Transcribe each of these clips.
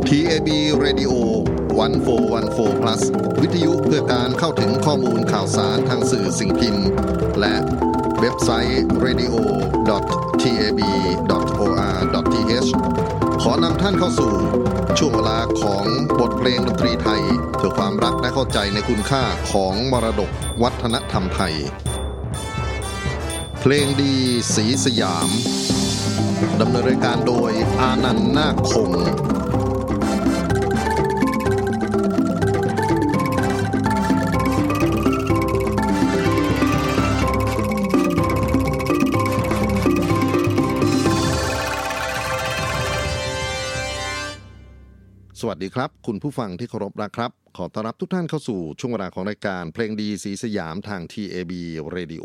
TAB Radio 1414 Plus วิทยุเพื่อการเข้าถึงข้อมูลข่าวสารทางสื่อสิ่งพิมพ์และเว็บไซต์ radio.tab.or.th ขอนำท่านเข้าสู่ช่วงเวลาของบทเพลงดนตรีไทยเพื่อความรักและเข้าใจในคุณค่าของมรดกวัฒนธรรมไทยเพลงดีศรีสยามดำเนินรายการโดยอานันต์นาคคงสวัสดีครับคุณผู้ฟังที่เคารพนะครับขอต้อนรับทุกท่านเข้าสู่ช่วงเวลาของรายการเพลงดีศรีสยามทาง TAB Radio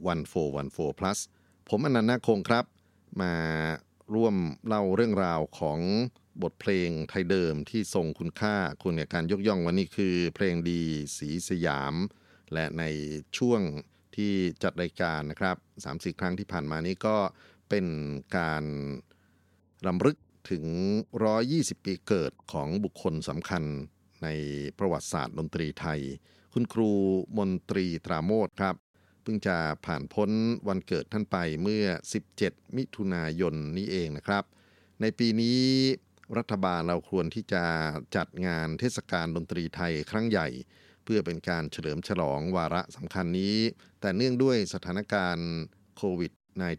1414 Plus ผมอนันต์นาคคงครับมาร่วมเล่าเรื่องราวของบทเพลงไทยเดิมที่ทรงคุณค่าคุณในการยกย่องวันนี้คือเพลงดีศรีสยามและในช่วงที่จัดรายการนะครับ 3-4 ครั้งที่ผ่านมานี้ก็เป็นการรำลึกถึง120ปีเกิดของบุคคลสำคัญในประวัติศาสตร์ดนตรีไทยคุณครูมนตรีตราโมชครับเพิ่งจะผ่านพ้นวันเกิดท่านไปเมื่อ17มิถุนายนนี้เองนะครับในปีนี้รัฐบาลเราควรที่จะจัดงานเทศกาลดนตรีไทยครั้งใหญ่เพื่อเป็นการเฉลิมฉลองวาระสำคัญนี้แต่เนื่องด้วยสถานการณ์โควิด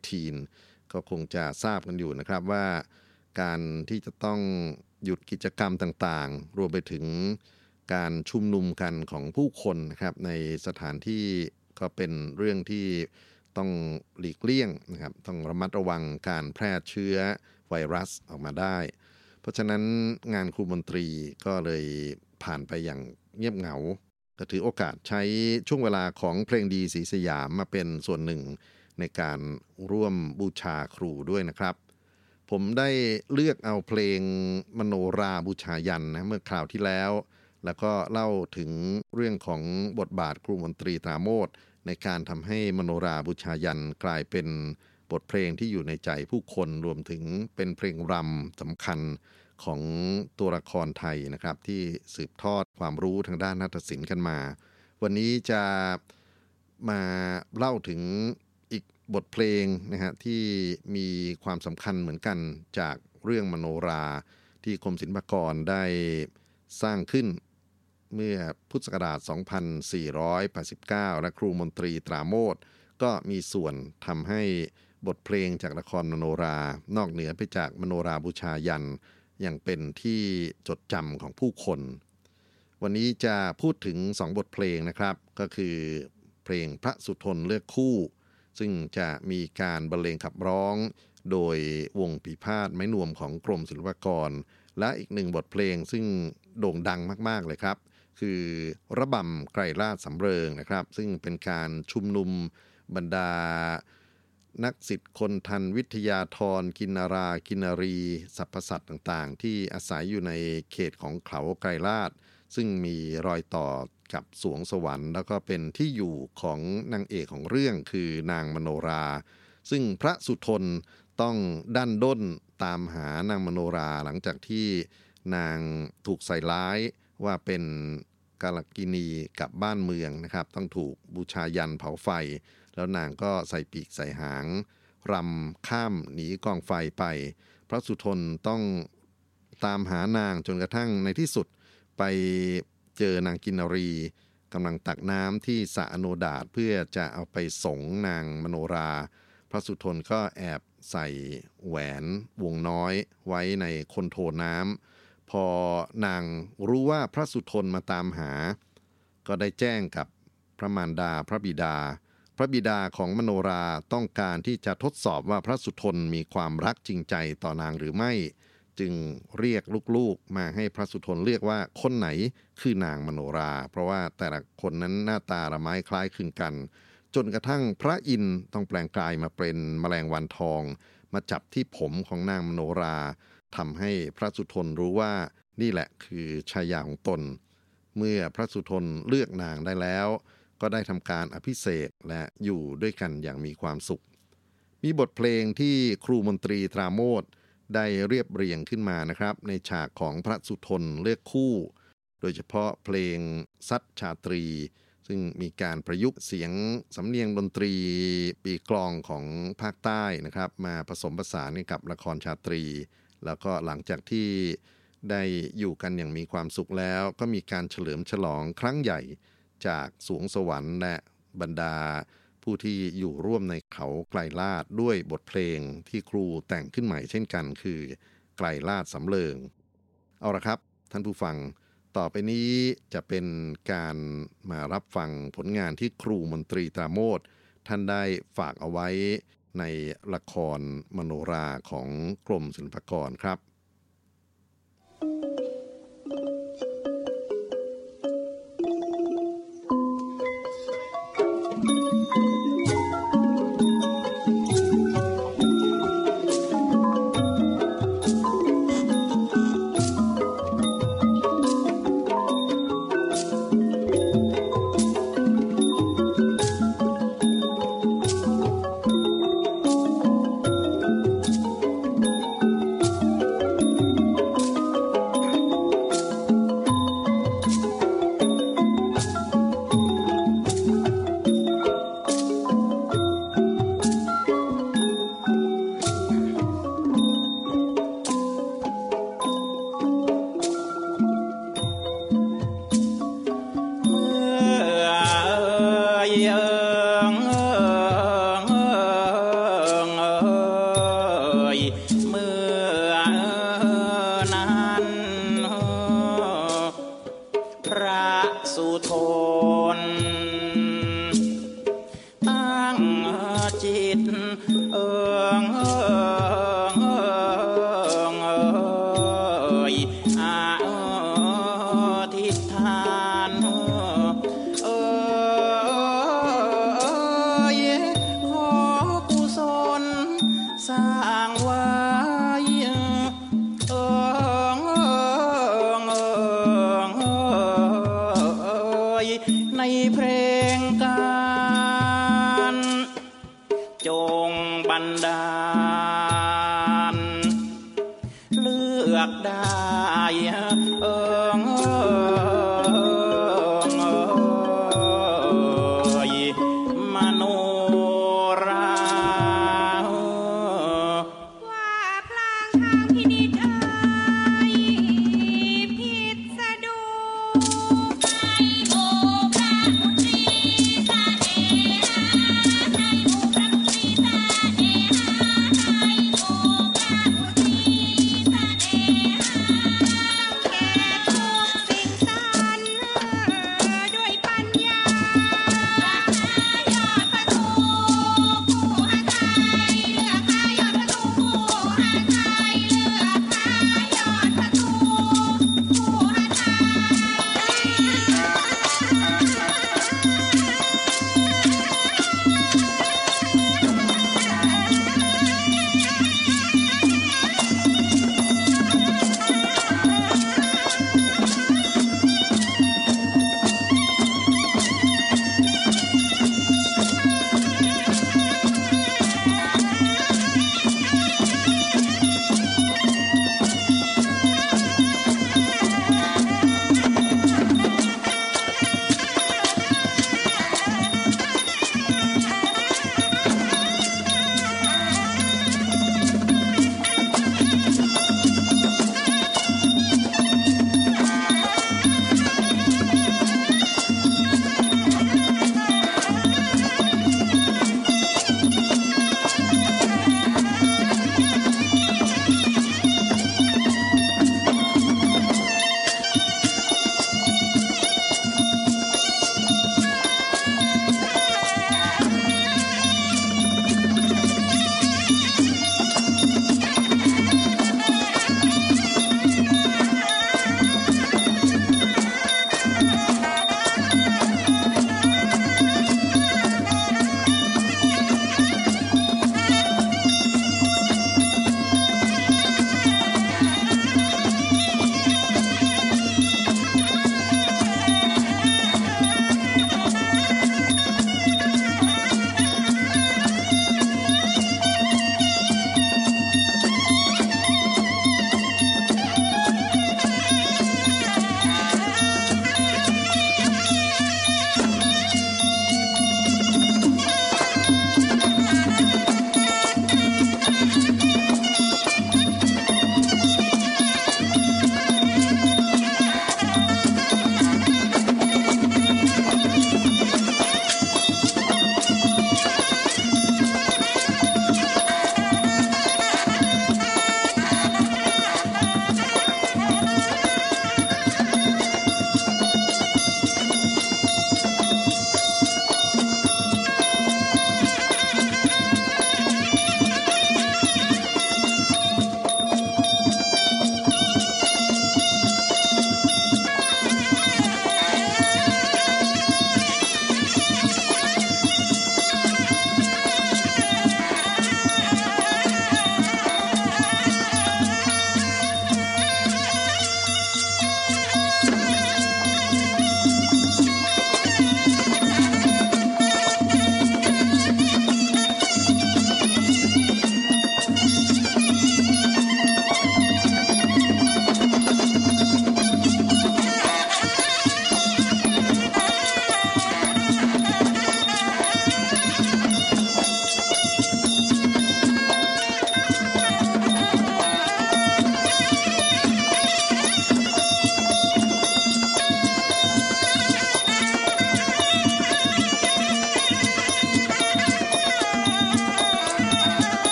-19 ก็คงจะทราบกันอยู่นะครับว่าการที่จะต้องหยุดกิจกรรมต่างๆรวมไปถึงการชุมนุมกันของผู้คนนะครับในสถานที่ก็เป็นเรื่องที่ต้องหลีกเลี่ยงนะครับต้องระมัดระวังการแพร่เชื้อไวรัสออกมาได้เพราะฉะนั้นงานครูมนตรีก็เลยผ่านไปอย่างเงียบเหงาก็ถือโอกาสใช้ช่วงเวลาของเพลงดีศรีสยามมาเป็นส่วนหนึ่งในการร่วมบูชาครูด้วยนะครับผมได้เลือกเอาเพลงมโนราบูชายันนะเมื่อคราวที่แล้วแล้วก็เล่าถึงเรื่องของบทบาทครูมนตรีตราโมชในการทำให้มโนราบูชายันกลายเป็นบทเพลงที่อยู่ในใจผู้คนรวมถึงเป็นเพลงรำสำคัญของตัวละครไทยนะครับที่สืบทอดความรู้ทางด้านนาฏศิลป์กันมาวันนี้จะมาเล่าถึงบทเพลงนะฮะที่มีความสำคัญเหมือนกันจากเรื่องมโนราที่กรมศิลปากรได้สร้างขึ้นเมื่อพุทธศักราช 2489 และครูมนตรีตราโมชก็มีส่วนทำให้บทเพลงจากละครมโนรานอกเหนือไปจากมโนราบูชายันอย่างเป็นที่จดจำของผู้คนวันนี้จะพูดถึง2บทเพลงนะครับก็คือเพลงพระสุทนเลือกคู่ซึ่งจะมีการบรรเลงขับร้องโดยวงปีพาทย์ไม้นวมของกรมศิลปากรและอีกหนึ่งบทเพลงซึ่งโด่งดังมากๆเลยครับคือระบำไกรราชสำเริงนะครับซึ่งเป็นการชุมนุมบรรดานักศิษย์คนทันวิทยาธรกินนารากินนารีสรรพสัตว์ต่างๆที่อาศัยอยู่ในเขตของเขาไกรราชซึ่งมีรอยต่อกับสวงสวรรค์แล้วก็เป็นที่อยู่ของนางเอกของเรื่องคือนางมโนราซึ่งพระสุทนต้องดันด้นตามหานางมโนราหลังจากที่นางถูกใส่ร้ายว่าเป็นกาลกิณีกับบ้านเมืองนะครับต้องถูกบูชายันเผาไฟแล้วนางก็ใส่ปีกใส่หางรำข้ามหนีกองไฟไปพระสุทนต้องตามหานางจนกระทั่งในที่สุดไปเจอนางกินนารีกำลังตักน้ำที่สระอโนดาตเพื่อจะเอาไปสงนางมโนราพระสุทนก็แอบใส่แหวนวงน้อยไว้ในคนโถน้ำพอนางรู้ว่าพระสุทนมาตามหาก็ได้แจ้งกับพระมารดาพระบิดาของมโนราต้องการที่จะทดสอบว่าพระสุทนมีความรักจริงใจต่อนางหรือไม่จึงเรียกลูกๆมาให้พระสุทนเลือกว่าคนไหนคือนางมโนราเพราะว่าแต่ละคนนั้นหน้าตาละไม้คล้ายคลึงกันจนกระทั่งพระอินทร์ต้องแปลงกายมาเป็นแมลงวันทองมาจับที่ผมของนางมโนราทำให้พระสุทนรู้ว่านี่แหละคือชายาของตนเมื่อพระสุทนเลือกนางได้แล้วก็ได้ทำการอภิเษกและอยู่ด้วยกันอย่างมีความสุขมีบทเพลงที่ครูมนตรีตราโมชได้เรียบเรียงขึ้นมานะครับในฉากของพระสุทนเลือกคู่โดยเฉพาะเพลงซัดชาตรีซึ่งมีการประยุกต์เสียงสำเนียงดนตรีปีกลองของภาคใต้นะครับมาผสมผสานกับละครชาตรีแล้วก็หลังจากที่ได้อยู่กันอย่างมีความสุขแล้วก็มีการเฉลิมฉลองครั้งใหญ่จากสวงสวรรค์และบรรดาผู้ที่อยู่ร่วมในเขาไกลลาดด้วยบทเพลงที่ครูแต่งขึ้นใหม่เช่นกันคือไกลลาดสำเริงเอาละครับท่านผู้ฟังต่อไปนี้จะเป็นการมารับฟังผลงานที่ครูมนตรีตราโมทท่านได้ฝากเอาไว้ในละครมโนราของกรมศิลปากรครับในเพลงการจงบันดาลเลือกได้มโนราว่าพลางทางพินิจพิสดูไอโอพระมุนีสาเนหาไอโอพระมุนีสาเนหาไอ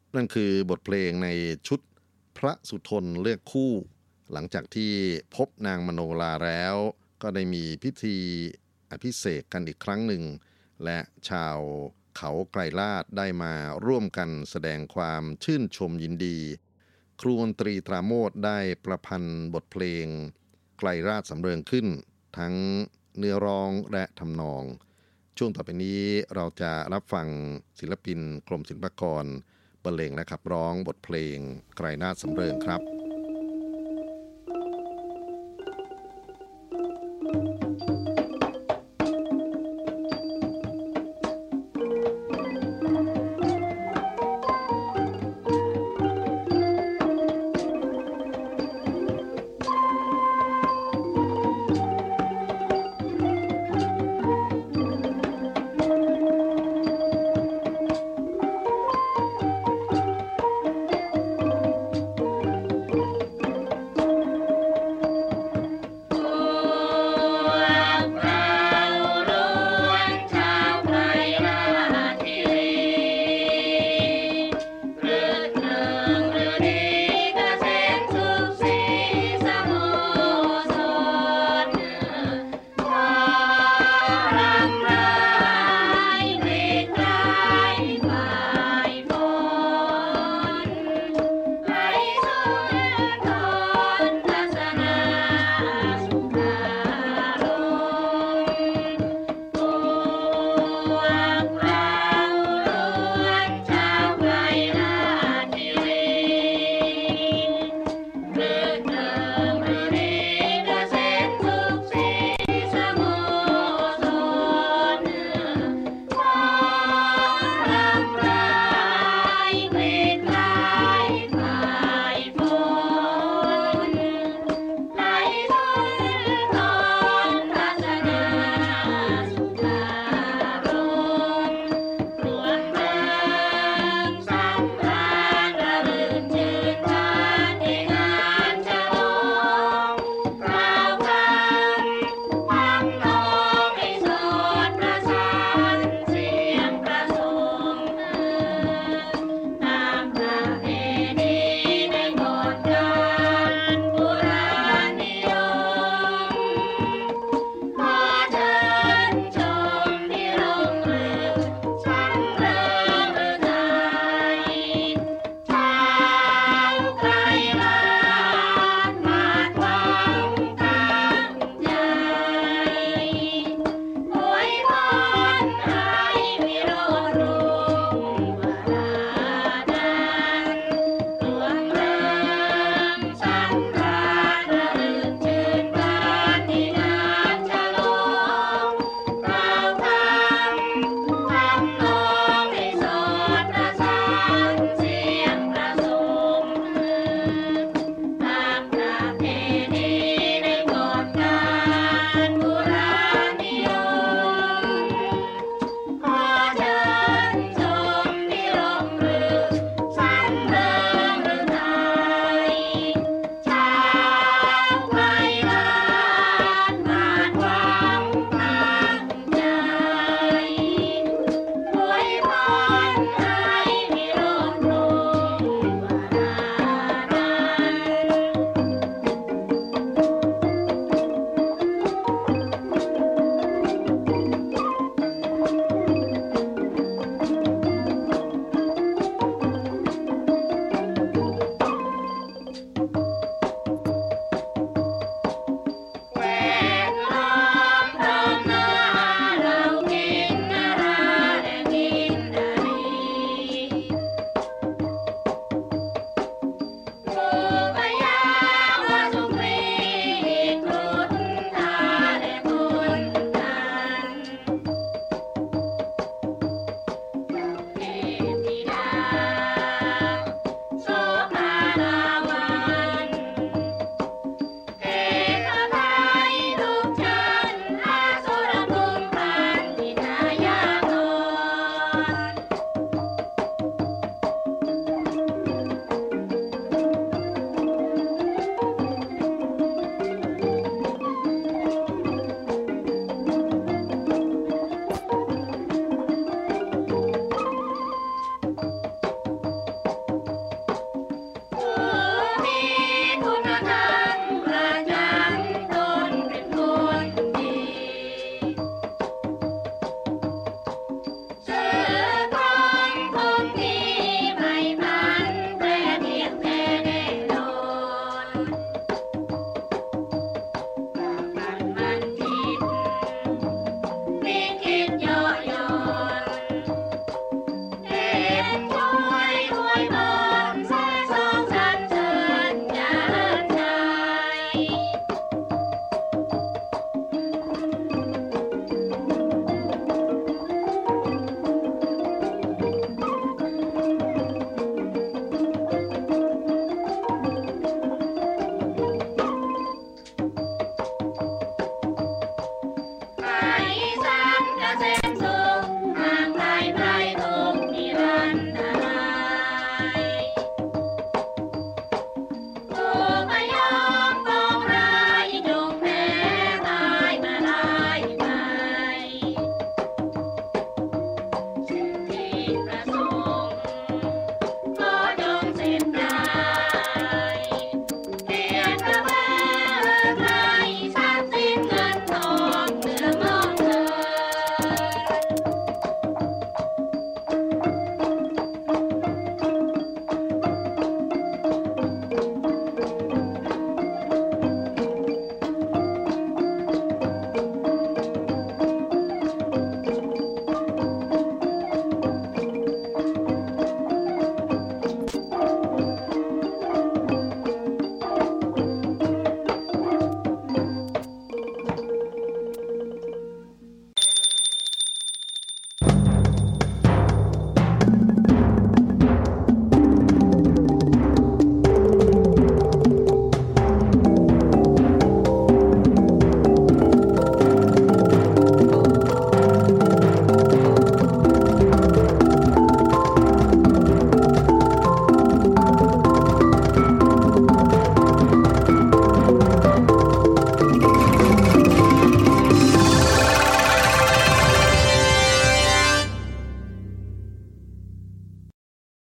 นั่นคือบทเพลงในชุดพระสุทนเลือกคู่ หลังจากที่พบนางมโนราแล้วก็ได้มีพิธีอภิเษกกันอีกครั้งหนึ่งและชาวเขาไกรลาศได้มาร่วมกันแสดงความชื่นชมยินดีครูดนตรีตราโมทได้ประพันธ์บทเพลงไกรลาศสำเริงขึ้นทั้งเนื้อร้องและทำนองช่วงต่อไปนี้เราจะรับฟังศิลปินกรมศิลปากรบรรเลงและขับร้องบทเพลงไกรลาศสำเริงครับ